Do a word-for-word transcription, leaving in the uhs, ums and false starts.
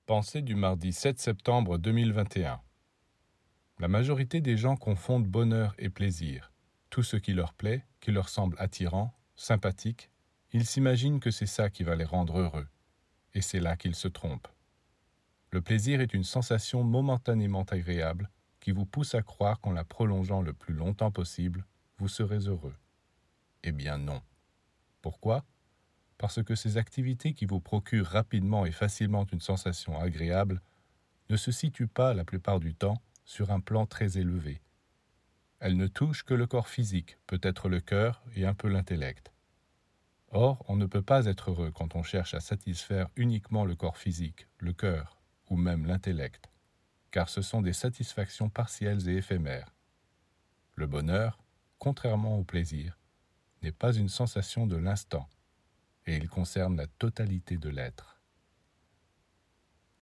Pensée du mardi sept septembre deux mille vingt et un. La majorité des gens confondent bonheur et plaisir. Tout ce qui leur plaît, qui leur semble attirant, sympathique, ils s'imaginent que c'est ça qui va les rendre heureux. Et c'est là qu'ils se trompent. Le plaisir est une sensation momentanément agréable qui vous pousse à croire qu'en la prolongeant le plus longtemps possible, vous serez heureux. Eh bien non. Pourquoi ? Parce que ces activités qui vous procurent rapidement et facilement une sensation agréable ne se situent pas, la plupart du temps, sur un plan très élevé. Elles ne touchent que le corps physique, peut-être le cœur et un peu l'intellect. Or, on ne peut pas être heureux quand on cherche à satisfaire uniquement le corps physique, le cœur, ou même l'intellect, car ce sont des satisfactions partielles et éphémères. Le bonheur, contrairement au plaisir, n'est pas une sensation de l'instant, et il concerne la totalité de l'être.